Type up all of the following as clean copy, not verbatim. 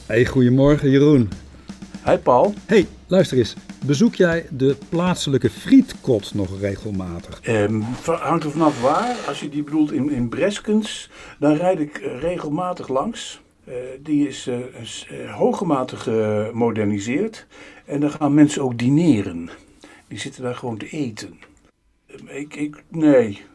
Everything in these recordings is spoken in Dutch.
Hey, goedemorgen Jeroen. Hi Paul. Hey, luister eens. Bezoek jij de plaatselijke frietkot nog regelmatig? Hangt er vanaf waar. Als je die bedoelt in Breskens, dan rijd ik regelmatig langs. Die is hoogmate gemoderniseerd. En dan gaan mensen ook dineren. Die zitten daar gewoon te eten. Nee.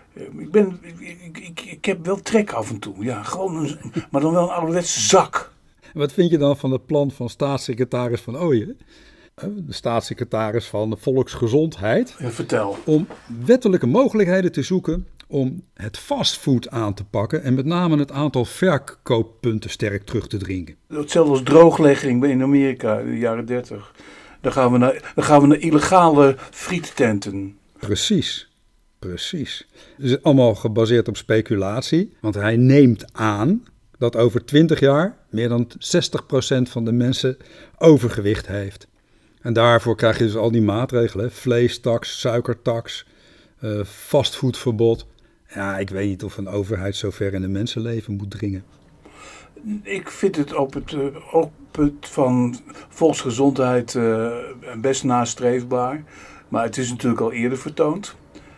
Ik heb wel trek af en toe. Ja, maar dan wel een ouderwetse zak. Wat vind je dan van het plan van staatssecretaris Van Ooyen, de staatssecretaris van de Volksgezondheid, Vertel. om wettelijke mogelijkheden te zoeken om het fastfood aan te pakken en met name het aantal verkooppunten sterk terug te dringen? Hetzelfde als drooglegging in Amerika in de jaren 30. Dan gaan we naar illegale friettenten. Precies. Dus allemaal gebaseerd op speculatie, want hij neemt aan dat over 20 jaar meer dan 60% van de mensen overgewicht heeft. En daarvoor krijg je dus al die maatregelen, vleestaks, suikertaks, fastfoodverbod. Ja, ik weet niet of een overheid zo ver in de mensenleven moet dringen. Ik vind het op het van volksgezondheid best nastreefbaar. Maar het is natuurlijk al eerder vertoond.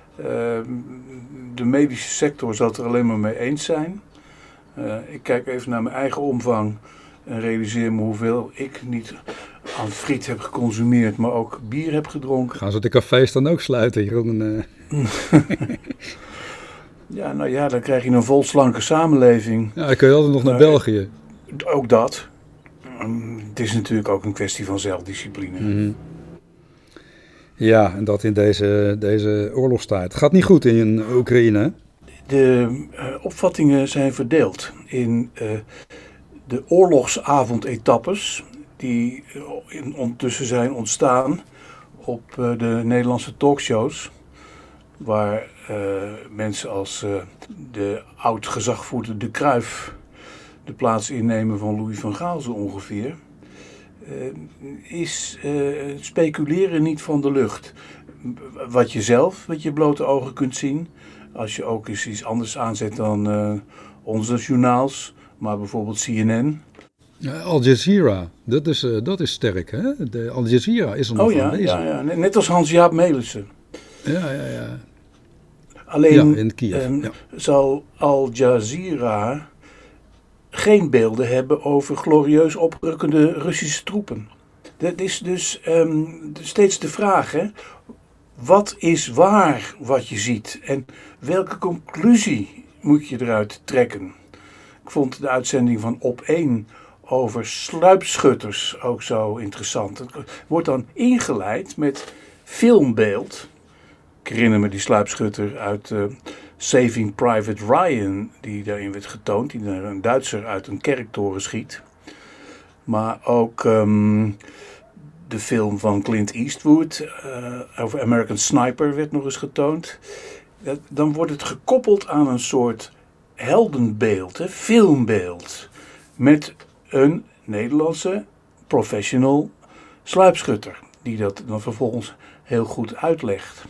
De medische sector zal het er alleen maar mee eens zijn. Ik kijk even naar mijn eigen omvang en realiseer me hoeveel ik niet aan friet heb geconsumeerd, maar ook bier heb gedronken. Gaan ze de cafés dan ook sluiten, Jeroen? Ja, nou ja, dan krijg je een volslanke samenleving. Ja, dan kun je altijd nog naar België. Ook dat. Het is natuurlijk ook een kwestie van zelfdiscipline. Mm-hmm. Ja, en dat in deze oorlogstijd. Het gaat niet goed in Oekraïne. De opvattingen zijn verdeeld in de oorlogsavondetappes die ondertussen zijn ontstaan op de Nederlandse talkshows. Waar mensen als de oud-gezagvoerder De Cruijff de plaats innemen van Louis van Gaal zo ongeveer. Is speculeren niet van de lucht. Wat je zelf met je blote ogen kunt zien, als je ook eens iets anders aanzet dan onze journaals, maar bijvoorbeeld CNN. Al Jazeera, dat is sterk, hè? Al Jazeera is er nog aanwezig. Ja, net als Hans-Jaap Melissen. Ja. Alleen in Kiev, zal Al Jazeera geen beelden hebben over glorieus oprukkende Russische troepen. Dat is dus steeds de vraag, hè? Wat is waar wat je ziet en welke conclusie moet je eruit trekken? Ik vond de uitzending van Op1 over sluipschutters ook zo interessant. Het wordt dan ingeleid met filmbeeld. Ik herinner me die sluipschutter uit Saving Private Ryan, die daarin werd getoond, die een Duitser uit een kerktoren schiet. Maar ook de film van Clint Eastwood over American Sniper werd nog eens getoond. Dan wordt het gekoppeld aan een soort heldenbeeld, filmbeeld, met een Nederlandse professional sluipschutter, die dat dan vervolgens heel goed uitlegt.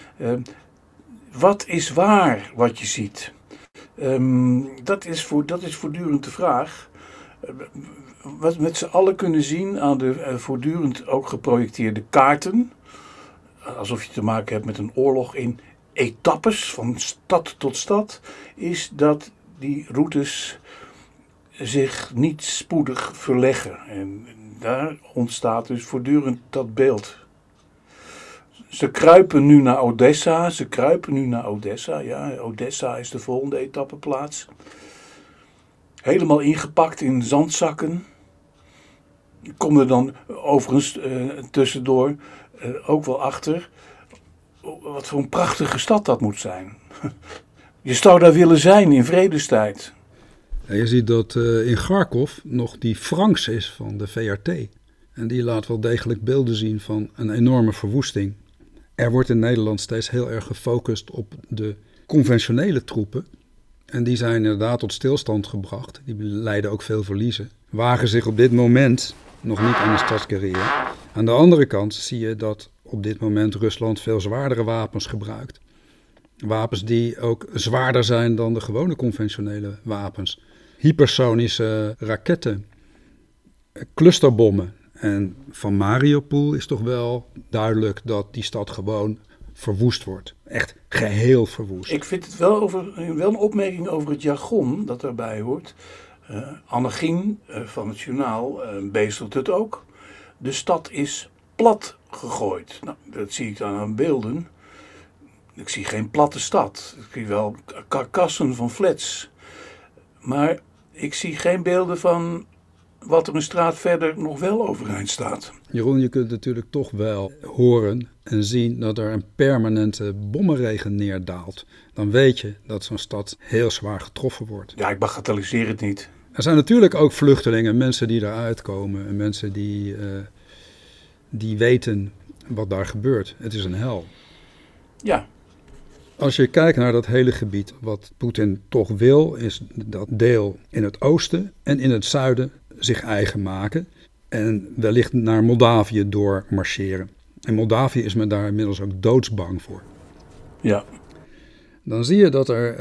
Wat is waar wat je ziet? Dat is voortdurend de vraag. Wat we met z'n allen kunnen zien aan de voortdurend ook geprojecteerde kaarten, alsof je te maken hebt met een oorlog in etappes van stad tot stad, is dat die routes zich niet spoedig verleggen. En daar ontstaat dus voortdurend dat beeld. Ze kruipen nu naar Odessa. Ja, Odessa is de volgende etappeplaats. Helemaal ingepakt in zandzakken. Ik kom er dan overigens tussendoor ook wel achter wat voor een prachtige stad dat moet zijn. Je zou daar willen zijn in vredestijd. Ja, je ziet dat in Kharkov nog die Franks is van de VRT. En die laat wel degelijk beelden zien van een enorme verwoesting. Er wordt in Nederland steeds heel erg gefocust op de conventionele troepen. En die zijn inderdaad tot stilstand gebracht. Die lijden ook veel verliezen. Wagen zich op dit moment nog niet aan de stadsguerrilla. Aan de andere kant zie je dat op dit moment Rusland veel zwaardere wapens gebruikt. Wapens die ook zwaarder zijn dan de gewone conventionele wapens. Hypersonische raketten. clusterbommen. En van Mariupol is toch wel duidelijk dat die stad gewoon verwoest wordt. Echt geheel verwoest. Ik vind het wel een opmerking over het jargon dat daarbij hoort. Annegien van het journaal bezelt het ook. De stad is plat gegooid. Nou, dat zie ik dan aan beelden. Ik zie geen platte stad. Ik zie wel karkassen van flats. Maar ik zie geen beelden van wat er een straat verder nog wel overeind staat. Jeroen, je kunt natuurlijk toch wel horen en zien dat er een permanente bommenregen neerdaalt. Dan weet je dat zo'n stad heel zwaar getroffen wordt. Ja, ik bagatelliseer het niet. Er zijn natuurlijk ook vluchtelingen, mensen die eruit komen en mensen die weten wat daar gebeurt. Het is een hel. Ja. Als je kijkt naar dat hele gebied, wat Poetin toch wil, is dat deel in het oosten en in het zuiden zich eigen maken. En wellicht naar Moldavië doormarcheren. En Moldavië is men daar inmiddels ook doodsbang voor. Ja. Dan zie je dat er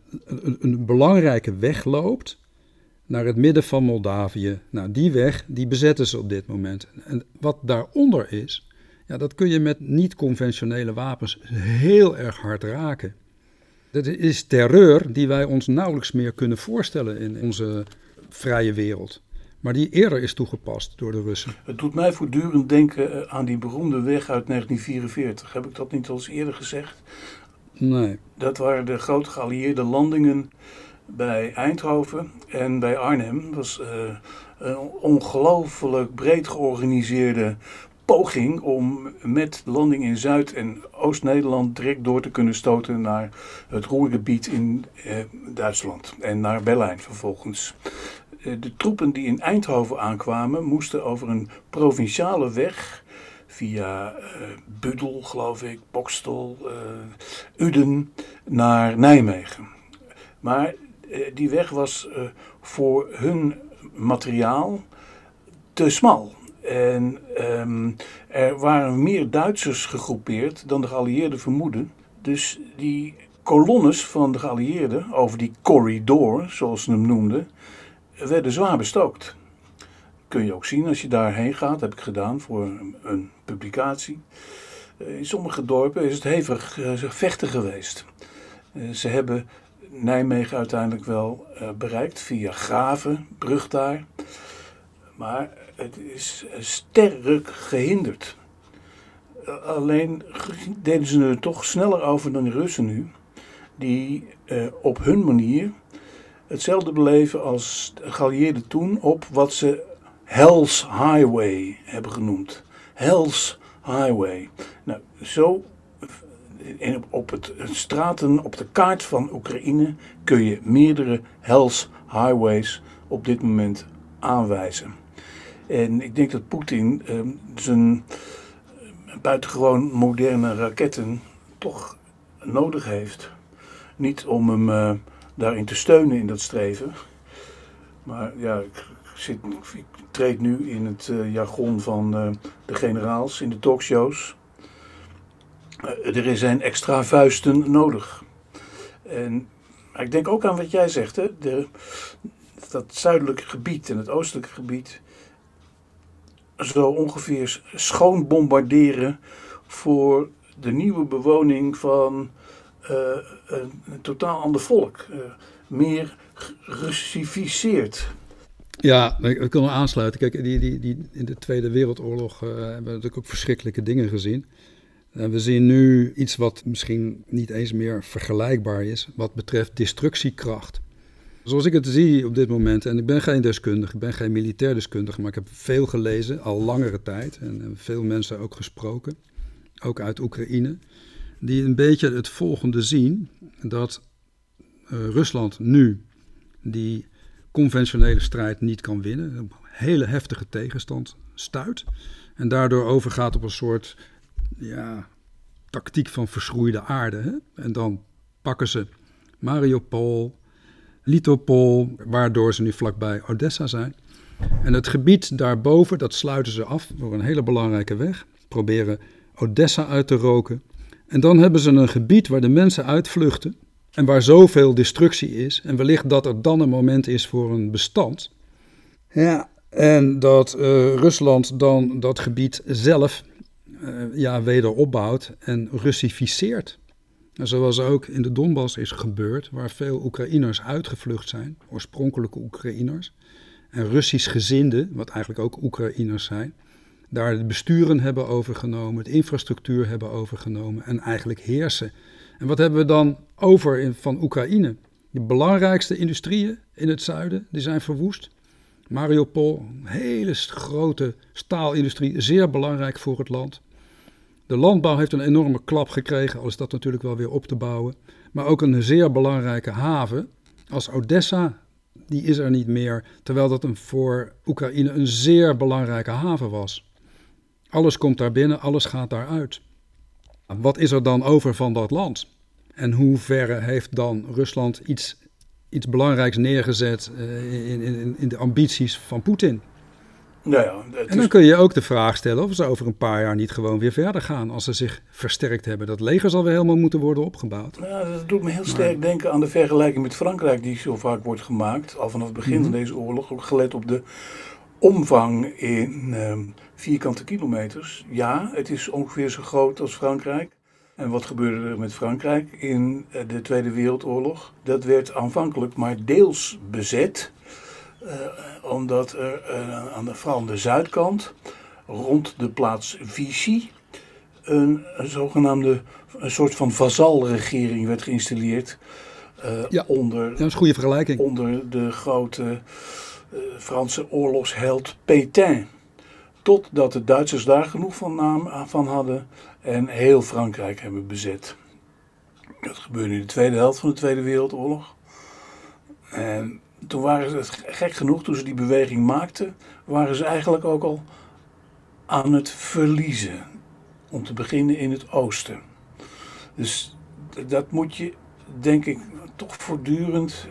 een belangrijke weg loopt naar het midden van Moldavië. Nou, die weg, die bezetten ze op dit moment. En wat daaronder is, ja, dat kun je met niet-conventionele wapens heel erg hard raken. Dat is terreur die wij ons nauwelijks meer kunnen voorstellen in onze vrije wereld. Maar die eerder is toegepast door de Russen. Het doet mij voortdurend denken aan die beroemde weg uit 1944. Heb ik dat niet al eens eerder gezegd? Nee. Dat waren de grote geallieerde landingen bij Eindhoven en bij Arnhem. Dat was een ongelooflijk breed georganiseerde poging om met landing in Zuid- en Oost-Nederland direct door te kunnen stoten naar het Ruhrgebied in Duitsland en naar Berlijn vervolgens. De troepen die in Eindhoven aankwamen moesten over een provinciale weg via Budel, geloof ik, Bokstel, Uden naar Nijmegen. Maar die weg was voor hun materiaal te smal. En er waren meer Duitsers gegroepeerd dan de geallieerden vermoeden. Dus die kolonnes van de geallieerden, over die corridor, zoals ze hem noemden, werden zwaar bestookt. Kun je ook zien als je daarheen gaat, heb ik gedaan voor een publicatie. In sommige dorpen is het hevig vechten geweest. Ze hebben Nijmegen uiteindelijk wel bereikt via Graven, brug daar. Maar het is sterk gehinderd. Alleen deden ze er toch sneller over dan de Russen nu. Die op hun manier hetzelfde beleven als de geallieerden toen op wat ze Hell's Highway hebben genoemd. Hell's Highway. Nou, zo op het straten, op de kaart van Oekraïne kun je meerdere Hell's Highways op dit moment aanwijzen. En ik denk dat Poetin zijn buitengewoon moderne raketten toch nodig heeft. Niet om hem daarin te steunen in dat streven. Maar ja, ik treed nu in het jargon van de generaals in de talkshows. Er zijn extra vuisten nodig. En ik denk ook aan wat jij zegt, hè? Dat zuidelijke gebied en het oostelijke gebied zo ongeveer schoon bombarderen voor de nieuwe bewoning van een totaal ander volk. Meer gerussificeerd. Ja, we kunnen aansluiten. Kijk, in de Tweede Wereldoorlog hebben we natuurlijk ook verschrikkelijke dingen gezien. We zien nu iets wat misschien niet eens meer vergelijkbaar is wat betreft destructiekracht. Zoals ik het zie op dit moment, en ik ben geen deskundige, ik ben geen militair deskundige, maar ik heb veel gelezen, al langere tijd, en veel mensen ook gesproken, ook uit Oekraïne, die een beetje het volgende zien, dat Rusland nu die conventionele strijd niet kan winnen, een hele heftige tegenstand stuit, en daardoor overgaat op een soort tactiek van verschroeide aarde. Hè? En dan pakken ze Mariupol, Litopol, waardoor ze nu vlakbij Odessa zijn. En het gebied daarboven, dat sluiten ze af door een hele belangrijke weg. Proberen Odessa uit te roken. En dan hebben ze een gebied waar de mensen uitvluchten. En waar zoveel destructie is. En wellicht dat er dan een moment is voor een bestand. Ja, En dat Rusland dan dat gebied zelf weder opbouwt en Russificeert. Zoals ook in de Donbass is gebeurd, waar veel Oekraïners uitgevlucht zijn, oorspronkelijke Oekraïners. En Russisch gezinden, wat eigenlijk ook Oekraïners zijn, daar de besturen hebben overgenomen, de infrastructuur hebben overgenomen en eigenlijk heersen. En wat hebben we dan over van Oekraïne? De belangrijkste industrieën in het zuiden, die zijn verwoest. Mariupol, een hele grote staalindustrie, zeer belangrijk voor het land. De landbouw heeft een enorme klap gekregen, al is dat natuurlijk wel weer op te bouwen. Maar ook een zeer belangrijke haven als Odessa, die is er niet meer. Terwijl dat voor Oekraïne een zeer belangrijke haven was. Alles komt daar binnen, alles gaat daaruit. Wat is er dan over van dat land? En hoe ver heeft dan Rusland iets belangrijks neergezet in de ambities van Poetin? Nou ja, en dan kun je ook de vraag stellen of ze over een paar jaar niet gewoon weer verder gaan als ze zich versterkt hebben. Dat leger zal weer helemaal moeten worden opgebouwd. Ja, dat doet me heel sterk denken aan de vergelijking met Frankrijk die zo vaak wordt gemaakt. Al vanaf het begin van deze oorlog, ook gelet op de omvang in vierkante kilometers. Ja, het is ongeveer zo groot als Frankrijk. En wat gebeurde er met Frankrijk in de Tweede Wereldoorlog? Dat werd aanvankelijk maar deels bezet. Omdat er vooral aan de zuidkant, rond de plaats Vichy, een soort van vazalregering werd geïnstalleerd. Dat is een goede vergelijking. Onder de grote Franse oorlogsheld Pétain. Totdat de Duitsers daar genoeg van hadden en heel Frankrijk hebben bezet. Dat gebeurde in de tweede helft van de Tweede Wereldoorlog. En toen waren ze, gek genoeg, toen ze die beweging maakten, waren ze eigenlijk ook al aan het verliezen. Om te beginnen in het oosten. Dus dat moet je, denk ik, toch voortdurend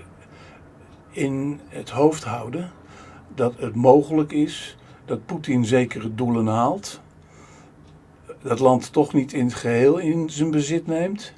in het hoofd houden. Dat het mogelijk is dat Poetin zekere doelen haalt. Dat land toch niet in het geheel in zijn bezit neemt.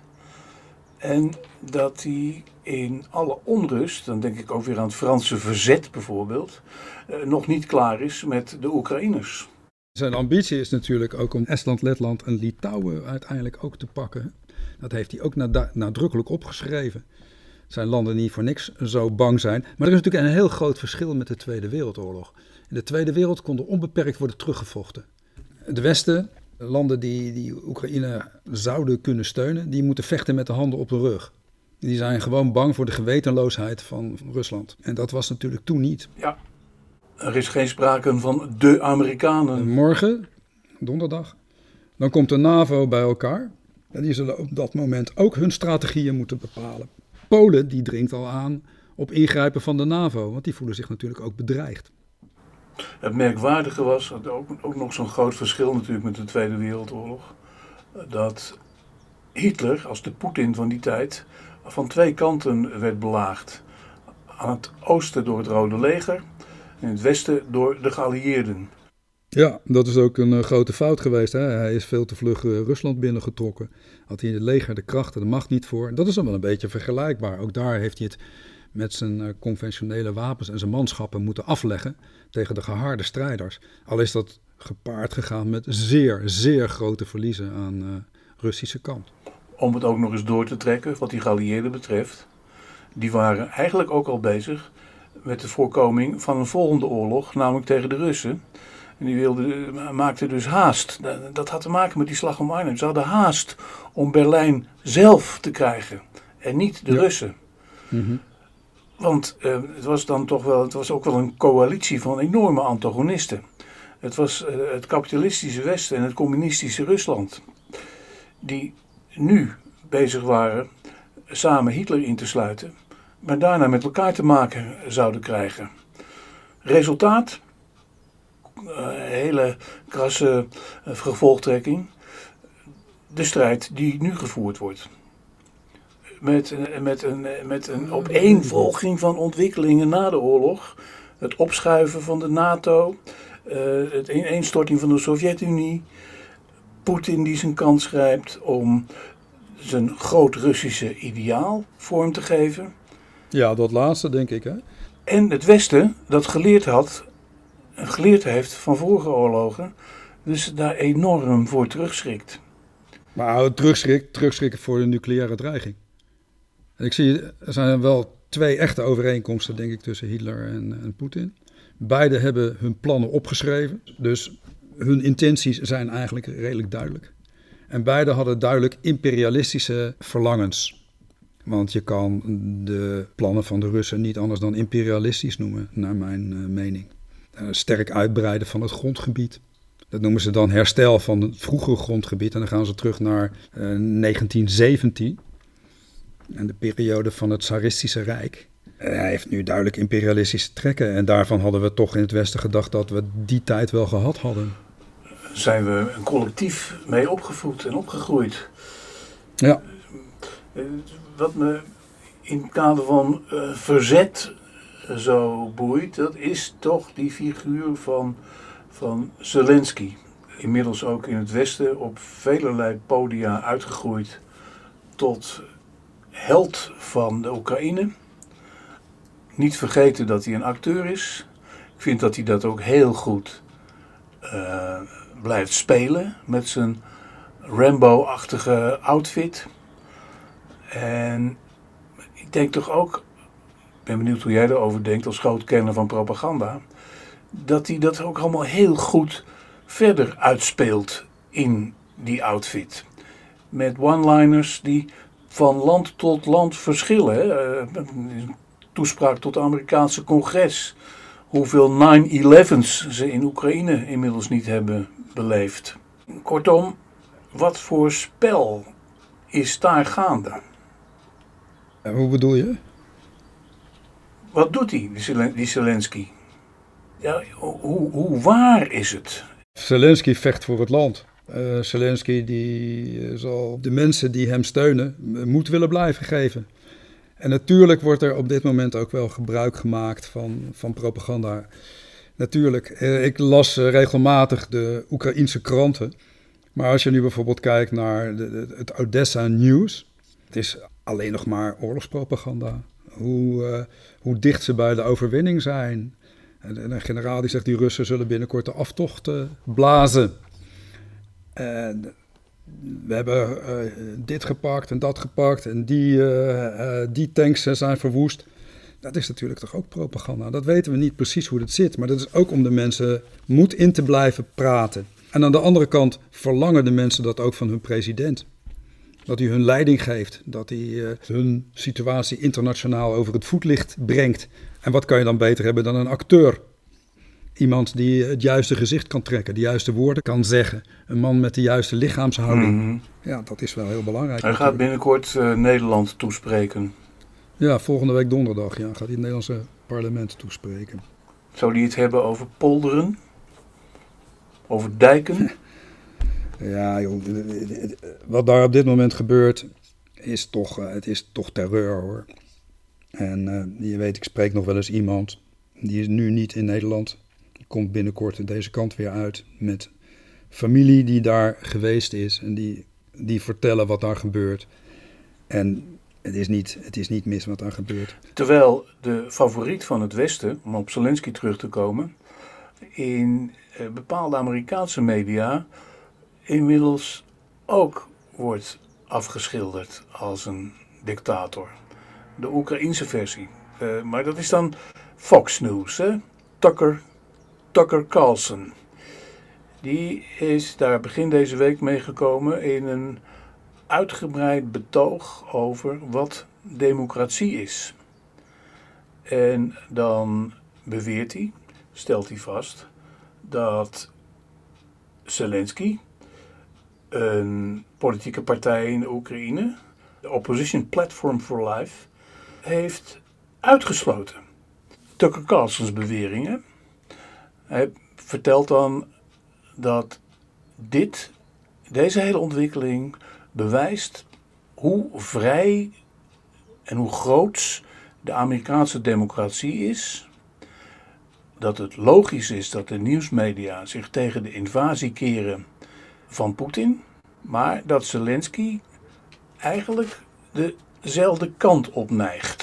En dat hij in alle onrust, dan denk ik ook weer aan het Franse verzet bijvoorbeeld, nog niet klaar is met de Oekraïners. Zijn ambitie is natuurlijk ook om Estland, Letland en Litouwen uiteindelijk ook te pakken. Dat heeft hij ook nadrukkelijk opgeschreven. Het zijn landen die voor niks zo bang zijn. Maar er is natuurlijk een heel groot verschil met de Tweede Wereldoorlog. In de Tweede Wereld kon er onbeperkt worden teruggevochten. De Westen, landen die Oekraïne zouden kunnen steunen, die moeten vechten met de handen op de rug. Die zijn gewoon bang voor de gewetenloosheid van Rusland. En dat was natuurlijk toen niet. Ja, er is geen sprake van de Amerikanen. Morgen, donderdag, dan komt de NAVO bij elkaar. En die zullen op dat moment ook hun strategieën moeten bepalen. Polen die dringt al aan op ingrijpen van de NAVO, want die voelen zich natuurlijk ook bedreigd. Het merkwaardige was, ook nog zo'n groot verschil natuurlijk met de Tweede Wereldoorlog, dat Hitler, als de Poetin van die tijd, van twee kanten werd belaagd. Aan het oosten door het Rode Leger en in het westen door de geallieerden. Ja, dat is ook een grote fout geweest. Hè? Hij is veel te vlug Rusland binnengetrokken. Had hij in het leger de krachten, de macht niet voor. Dat is dan wel een beetje vergelijkbaar. Ook daar heeft hij het met zijn conventionele wapens en zijn manschappen moeten afleggen tegen de geharde strijders. Al is dat gepaard gegaan met zeer, zeer grote verliezen aan Russische kant. Om het ook nog eens door te trekken, wat die geallieerden betreft, die waren eigenlijk ook al bezig met de voorkoming van een volgende oorlog, namelijk tegen de Russen. En die maakten dus haast. Dat had te maken met die slag om Arnhem. Ze hadden haast om Berlijn zelf te krijgen en niet de Russen. Mm-hmm. Want het was ook wel een coalitie van enorme antagonisten. Het was het kapitalistische Westen en het communistische Rusland die nu bezig waren samen Hitler in te sluiten, maar daarna met elkaar te maken zouden krijgen. Resultaat? Hele krasse gevolgtrekking. De strijd die nu gevoerd wordt. Met een opeenvolging van ontwikkelingen na de oorlog. Het opschuiven van de NATO. Het ineenstorting van de Sovjet-Unie. Poetin die zijn kans grijpt om zijn groot-Russische ideaal vorm te geven. Ja, dat laatste denk ik, hè? En het Westen dat geleerd had geleerd heeft van vorige oorlogen, dus daar enorm voor terugschrikt. Maar terugschrikken voor de nucleaire dreiging. En ik zie, er zijn wel 2 echte overeenkomsten, denk ik, tussen Hitler en Poetin. Beide hebben hun plannen opgeschreven, dus hun intenties zijn eigenlijk redelijk duidelijk. En beide hadden duidelijk imperialistische verlangens. Want je kan de plannen van de Russen niet anders dan imperialistisch noemen, naar mijn mening. Sterk uitbreiden van het grondgebied. Dat noemen ze dan herstel van het vroegere grondgebied. En dan gaan ze terug naar 1917 en de periode van het Tsaristische Rijk. Hij heeft nu duidelijk imperialistische trekken. En daarvan hadden we toch in het Westen gedacht dat we die tijd wel gehad hadden. Zijn we een collectief mee opgevoed en opgegroeid. Ja. Wat me in het kader van verzet zo boeit, dat is toch die figuur van Zelensky. Inmiddels ook in het Westen op velerlei podia uitgegroeid tot held van de Oekraïne. Niet vergeten dat hij een acteur is. Ik vind dat hij dat ook heel goed blijft spelen met zijn Rambo-achtige outfit. En ik denk toch ook, ik ben benieuwd hoe jij erover denkt als groot kenner van propaganda, dat hij dat ook allemaal heel goed verder uitspeelt in die outfit. Met one-liners die van land tot land verschillen. Hè? Toespraak tot het Amerikaanse congres. Hoeveel 9/11's ze in Oekraïne inmiddels niet hebben beleefd. Kortom, wat voor spel is daar gaande? En hoe bedoel je? Wat doet hij, die Zelensky? Ja, hoe waar is het? Zelensky vecht voor het land. Zelensky die zal de mensen die hem steunen moed willen blijven geven. En natuurlijk wordt er op dit moment ook wel gebruik gemaakt van propaganda. Natuurlijk, ik las regelmatig de Oekraïense kranten. Maar als je nu bijvoorbeeld kijkt naar het Odessa News, het is alleen nog maar oorlogspropaganda. Hoe dicht ze bij de overwinning zijn. En een generaal die zegt, die Russen zullen binnenkort de aftocht blazen. En we hebben dit gepakt en dat gepakt en die tanks zijn verwoest. Dat is natuurlijk toch ook propaganda. Dat weten we niet precies hoe dat zit. Maar dat is ook om de mensen moed in te blijven praten. En aan de andere kant verlangen de mensen dat ook van hun president. Dat hij hun leiding geeft. Dat hij hun situatie internationaal over het voetlicht brengt. En wat kan je dan beter hebben dan een acteur? Iemand die het juiste gezicht kan trekken, de juiste woorden kan zeggen. Een man met de juiste lichaamshouding. Mm-hmm. Ja, dat is wel heel belangrijk. Hij gaat binnenkort Nederland toespreken. Ja, volgende week donderdag gaat hij het Nederlandse parlement toespreken. Zou hij het hebben over polderen? Over dijken? Ja, joh, wat daar op dit moment gebeurt is toch terreur, hoor. En je weet, ik spreek nog wel eens iemand, die is nu niet in Nederland. Die komt binnenkort deze kant weer uit met familie die daar geweest is. En die vertellen wat daar gebeurt. En het is niet mis wat daar gebeurt. Terwijl de favoriet van het Westen, om op Zelensky terug te komen, in bepaalde Amerikaanse media inmiddels ook wordt afgeschilderd als een dictator. De Oekraïense versie. Maar dat is dan Fox News, hè? Tucker Carlson. Die is daar begin deze week meegekomen in een uitgebreid betoog over wat democratie is. En dan beweert hij, stelt hij vast, dat Zelensky een politieke partij in de Oekraïne, de Opposition Platform for Life, heeft uitgesloten. Tucker Carlsons beweringen. Hij vertelt dan dat deze hele ontwikkeling bewijst hoe vrij en hoe groots de Amerikaanse democratie is. Dat het logisch is dat de nieuwsmedia zich tegen de invasie keren van Poetin. Maar dat Zelensky eigenlijk dezelfde kant op neigt.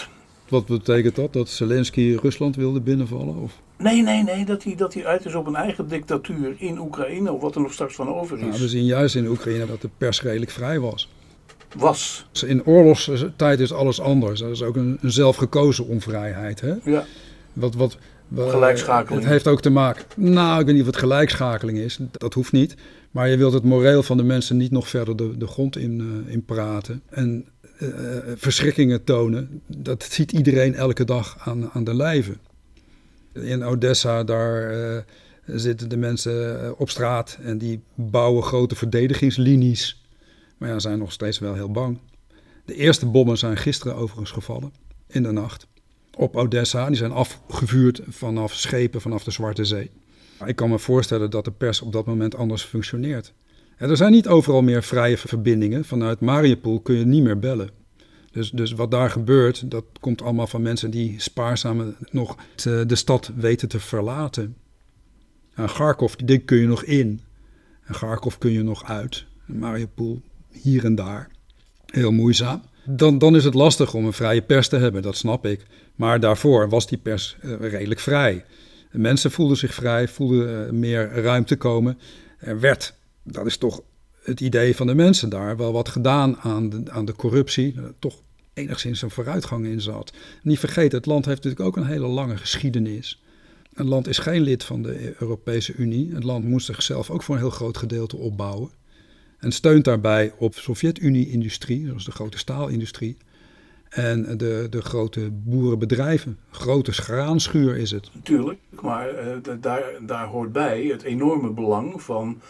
Wat betekent dat? Dat Zelensky Rusland wilde binnenvallen? Of? Nee, dat hij uit is op een eigen dictatuur in Oekraïne, of wat er nog straks van over is. Nou, we zien juist in Oekraïne dat de pers redelijk vrij was. Was. In oorlogstijd is alles anders. Dat is ook een zelfgekozen onvrijheid. Hè? Ja. Gelijkschakeling. Het heeft ook te maken... Nou, ik weet niet of het gelijkschakeling is. Dat hoeft niet. Maar je wilt het moreel van de mensen niet nog verder de grond in praten. En verschrikkingen tonen. Dat ziet iedereen elke dag aan de lijve. In Odessa, daar zitten de mensen op straat en die bouwen grote verdedigingslinies. Maar ja, zijn nog steeds wel heel bang. De eerste bommen zijn gisteren overigens gevallen, in de nacht, op Odessa. Die zijn afgevuurd vanaf schepen vanaf de Zwarte Zee. Ik kan me voorstellen dat de pers op dat moment anders functioneert. En er zijn niet overal meer vrije verbindingen. Vanuit Mariupol kun je niet meer bellen. Dus wat daar gebeurt, dat komt allemaal van mensen die spaarzaam nog de stad weten te verlaten. En Kharkov, die kun je nog in. En Kharkov kun je nog uit. En Mariupol hier en daar. Heel moeizaam. Dan is het lastig om een vrije pers te hebben, dat snap ik. Maar daarvoor was die pers redelijk vrij. De mensen voelden zich vrij, voelden meer ruimte komen. Er werd, dat is toch het idee van de mensen daar, wel wat gedaan aan de corruptie. Toch enigszins een vooruitgang in zat. Niet vergeten, het land heeft natuurlijk ook een hele lange geschiedenis. Een land is geen lid van de Europese Unie. Het land moest zichzelf ook voor een heel groot gedeelte opbouwen. En steunt daarbij op Sovjet-Unie-industrie, zoals de grote staalindustrie. En de grote boerenbedrijven. Grote graanschuur is het. Tuurlijk, maar daar hoort bij het enorme belang van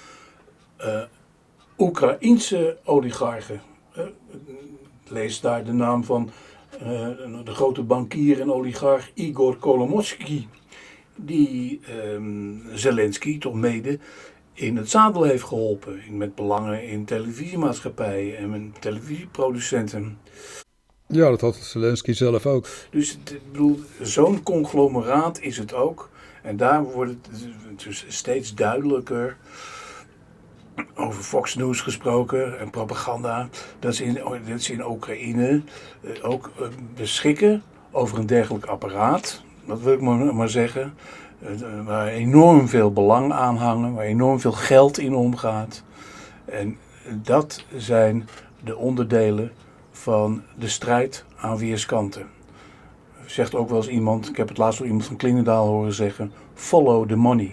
Oekraïense oligarchen. Lees daar de naam van de grote bankier en oligarch Igor Kolomoisky, die Zelensky toch mede in het zadel heeft geholpen. Met belangen in televisiemaatschappijen en met televisieproducenten. Ja, dat had Zelensky zelf ook. Dus ik bedoel, zo'n conglomeraat is het ook. En daar wordt het dus steeds duidelijker, over Fox News gesproken en propaganda, dat ze in Oekraïne ook beschikken over een dergelijk apparaat. Dat wil ik maar zeggen. Waar enorm veel belang aan hangen, waar enorm veel geld in omgaat. En dat zijn de onderdelen van de strijd aan weerskanten. Zegt ook wel eens iemand, ik heb het laatst wel iemand van Klingendaal horen zeggen, follow the money.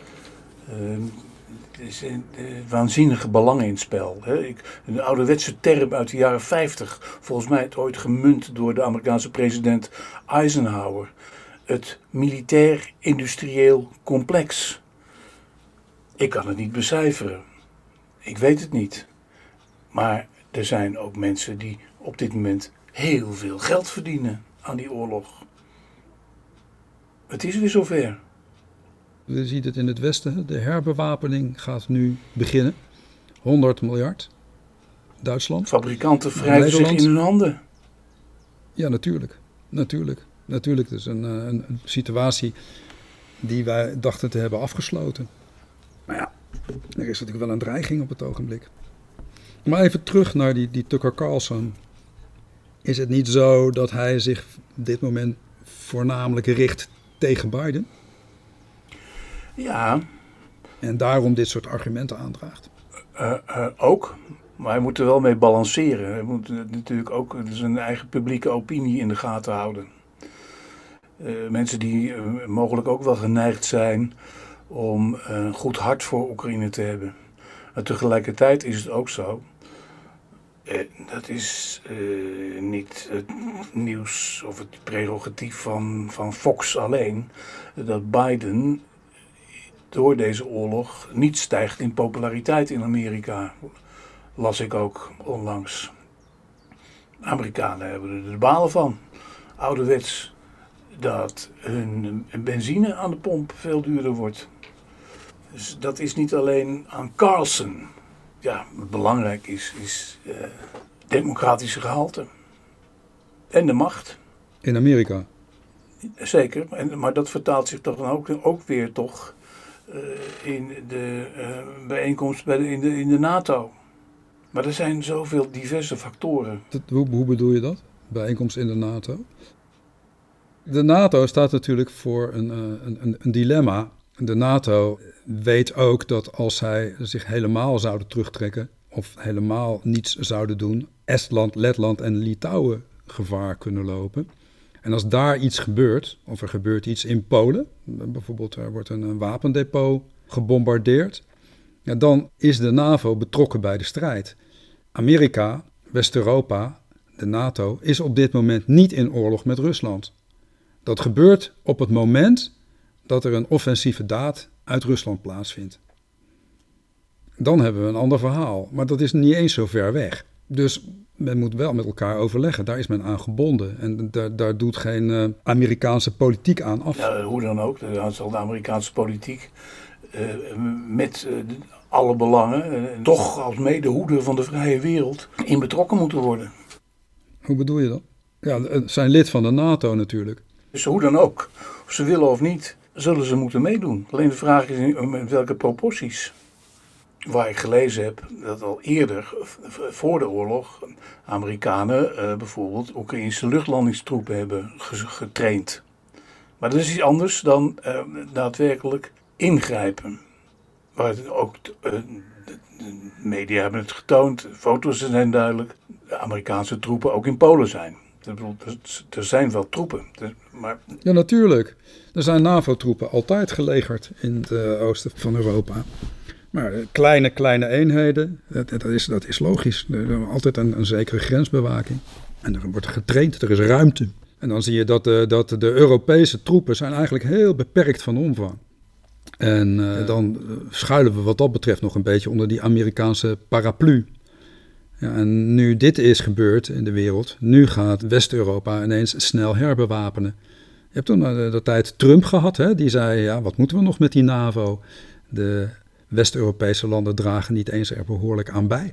Er is waanzinnige belangen in het spel. Een ouderwetse term uit de jaren 50, volgens mij het ooit gemunt door de Amerikaanse president Eisenhower. Het militair-industrieel complex. Ik kan het niet becijferen. Ik weet het niet. Maar er zijn ook mensen die op dit moment heel veel geld verdienen aan die oorlog. Het is weer zover. We zien het in het Westen. De herbewapening gaat nu beginnen. 100 miljard. Duitsland. Fabrikanten wrijven zich in hun handen. Ja, natuurlijk. Natuurlijk. Het is een situatie die wij dachten te hebben afgesloten. Maar ja, er is natuurlijk wel een dreiging op het ogenblik. Maar even terug naar die Tucker Carlson. Is het niet zo dat hij zich op dit moment voornamelijk richt tegen Biden? Ja. En daarom dit soort argumenten aandraagt? Ook. Maar hij moet er wel mee balanceren. Hij moet natuurlijk ook zijn eigen publieke opinie in de gaten houden. Mensen die mogelijk ook wel geneigd zijn om een goed hart voor Oekraïne te hebben. Maar tegelijkertijd is het ook zo. Dat is niet het nieuws of het prerogatief van Fox alleen. Dat Biden door deze oorlog niet stijgt in populariteit in Amerika. Las ik ook onlangs. Amerikanen hebben er de balen van. Ouderwets. Dat hun benzine aan de pomp veel duurder wordt. Dus dat is niet alleen aan Carlson. Ja, belangrijk is democratische gehalte. En de macht. In Amerika? Zeker, maar dat vertaalt zich toch dan ook weer toch in de bijeenkomst in de NATO. Maar er zijn zoveel diverse factoren. Hoe bedoel je dat? Bijeenkomst in de NATO? De NATO staat natuurlijk voor een dilemma. De NATO weet ook dat als zij zich helemaal zouden terugtrekken of helemaal niets zouden doen, Estland, Letland en Litouwen gevaar kunnen lopen. En als daar iets gebeurt, of er gebeurt iets in Polen, bijvoorbeeld er wordt een wapendepot gebombardeerd, ja, dan is de NAVO betrokken bij de strijd. Amerika, West-Europa, de NATO, is op dit moment niet in oorlog met Rusland. Dat gebeurt op het moment dat er een offensieve daad uit Rusland plaatsvindt. Dan hebben we een ander verhaal, maar dat is niet eens zo ver weg. Dus men moet wel met elkaar overleggen, daar is men aan gebonden. En daar doet geen Amerikaanse politiek aan af. Ja, hoe dan ook, dan zal de Amerikaanse politiek met alle belangen toch als medehoeder van de vrije wereld in betrokken moeten worden. Hoe bedoel je dat? Ja, ze zijn lid van de NATO natuurlijk. Dus hoe dan ook, of ze willen of niet, zullen ze moeten meedoen. Alleen de vraag is in welke proporties. Waar ik gelezen heb dat al eerder, voor de oorlog, Amerikanen bijvoorbeeld Oekraïnse luchtlandingstroepen hebben getraind. Maar dat is iets anders dan daadwerkelijk ingrijpen. Waar het ook, de media hebben het getoond, foto's zijn duidelijk, de Amerikaanse troepen ook in Polen zijn. Er zijn wel troepen. Maar... Ja, natuurlijk. Er zijn NAVO-troepen altijd gelegerd in het oosten van Europa. Maar kleine eenheden, dat is logisch. Er is altijd een zekere grensbewaking. En er wordt getraind, er is ruimte. En dan zie je dat de Europese troepen zijn eigenlijk heel beperkt van omvang. En dan schuilen we wat dat betreft nog een beetje onder die Amerikaanse paraplu. Ja, en nu dit is gebeurd in de wereld, nu gaat West-Europa ineens snel herbewapenen. Je hebt toen de tijd Trump gehad, hè? Die zei, ja, wat moeten we nog met die NAVO? De West-Europese landen dragen niet eens er behoorlijk aan bij.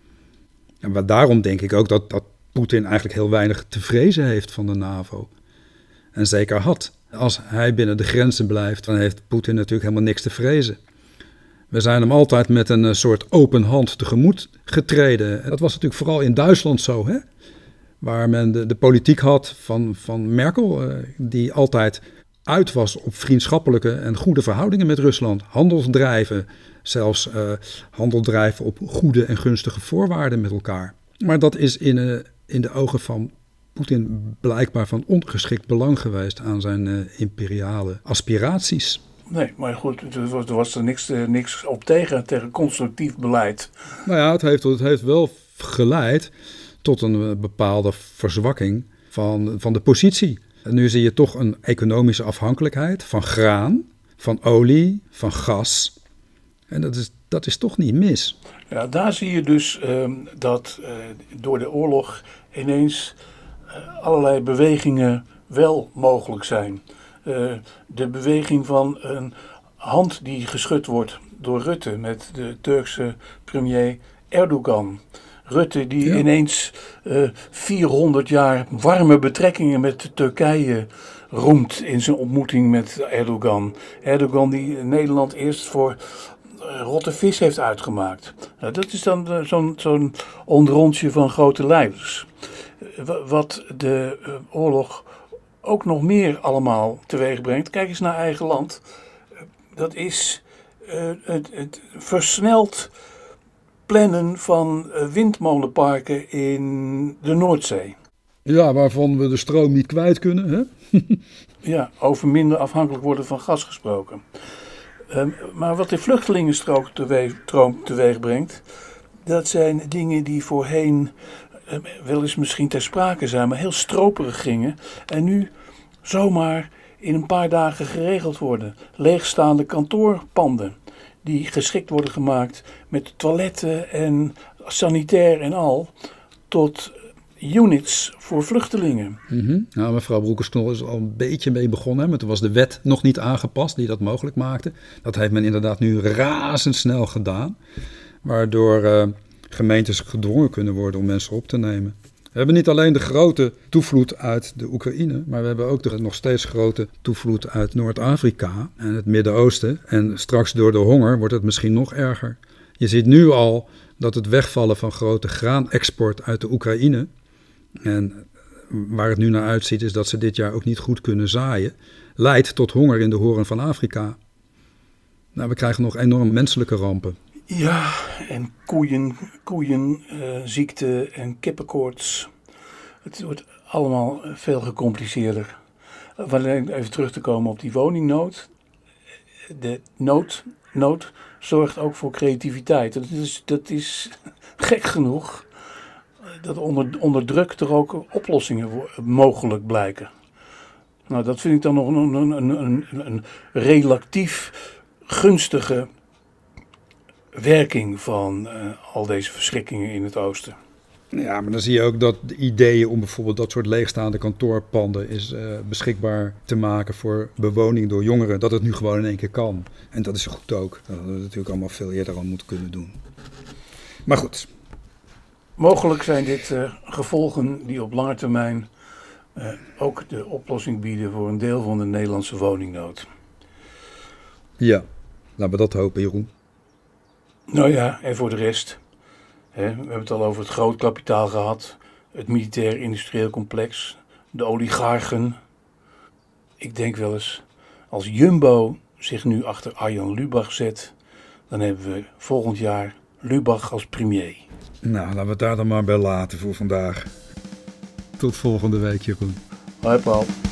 En daarom denk ik ook dat Poetin eigenlijk heel weinig te vrezen heeft van de NAVO. En zeker had. Als hij binnen de grenzen blijft, dan heeft Poetin natuurlijk helemaal niks te vrezen. We zijn hem altijd met een soort open hand tegemoet getreden. En dat was natuurlijk vooral in Duitsland zo, hè? Waar men de politiek had van Merkel, die altijd uit was op vriendschappelijke en goede verhoudingen met Rusland. Handel drijven, zelfs handel drijven op goede en gunstige voorwaarden met elkaar. Maar dat is in de ogen van Poetin blijkbaar van ongeschikt belang geweest aan zijn imperiale aspiraties. Nee, maar goed, er was er niks op tegen constructief beleid. Nou ja, het heeft wel geleid tot een bepaalde verzwakking van de positie. En nu zie je toch een economische afhankelijkheid van graan, van olie, van gas. En dat is toch niet mis. Ja, daar zie je dus dat door de oorlog ineens allerlei bewegingen wel mogelijk zijn. De beweging van een hand die geschud wordt door Rutte met de Turkse premier Erdogan. Rutte die ineens 400 jaar warme betrekkingen met Turkije roemt in zijn ontmoeting met Erdogan. Erdogan die Nederland eerst voor rotte vis heeft uitgemaakt. Nou, dat is dan zo'n onderrondje van grote leiders. Wat de oorlog ook nog meer allemaal teweeg brengt. Kijk eens naar eigen land. Dat is het versneld plannen van windmolenparken in de Noordzee. Ja, waarvan we de stroom niet kwijt kunnen, hè? Ja, over minder afhankelijk worden van gas gesproken. Maar wat de vluchtelingenstrook teweeg brengt, dat zijn dingen die voorheen wel eens misschien ter sprake zijn, maar heel stroperig gingen. En nu zomaar in een paar dagen geregeld worden. Leegstaande kantoorpanden die geschikt worden gemaakt met toiletten en sanitair en al, tot units voor vluchtelingen. Mm-hmm. Nou, mevrouw Broekers-Knol is al een beetje mee begonnen, hè, maar toen was de wet nog niet aangepast die dat mogelijk maakte. Dat heeft men inderdaad nu razendsnel gedaan, waardoor gemeentes gedwongen kunnen worden om mensen op te nemen. We hebben niet alleen de grote toevloed uit de Oekraïne, maar we hebben ook de nog steeds grote toevloed uit Noord-Afrika en het Midden-Oosten. En straks door de honger wordt het misschien nog erger. Je ziet nu al dat het wegvallen van grote graanexport uit de Oekraïne en waar het nu naar uitziet is dat ze dit jaar ook niet goed kunnen zaaien, leidt tot honger in de hoorn van Afrika. Nou, we krijgen nog enorm menselijke rampen. Ja, en koeienziekte en kippenkoorts. Het wordt allemaal veel gecompliceerder. Even terug te komen op die woningnood. De nood zorgt ook voor creativiteit. Dat is gek genoeg dat onder druk er ook oplossingen mogelijk blijken. Nou, dat vind ik dan nog een relatief gunstige werking van al deze verschrikkingen in het oosten. Ja, maar dan zie je ook dat de ideeën om bijvoorbeeld dat soort leegstaande kantoorpanden is beschikbaar te maken voor bewoning door jongeren, dat het nu gewoon in één keer kan. En dat is goed ook. Dat hadden we natuurlijk allemaal veel eerder al moeten kunnen doen. Maar goed. Mogelijk zijn dit gevolgen die op lange termijn ook de oplossing bieden voor een deel van de Nederlandse woningnood. Ja, laten we dat hopen, Jeroen. Nou ja, en voor de rest. We hebben het al over het groot kapitaal gehad. Het militair-industrieel complex. De oligarchen. Ik denk wel eens, als Jumbo zich nu achter Arjan Lubach zet, dan hebben we volgend jaar Lubach als premier. Nou, laten we het daar dan maar bij laten voor vandaag. Tot volgende week, Jeroen. Hoi Paul.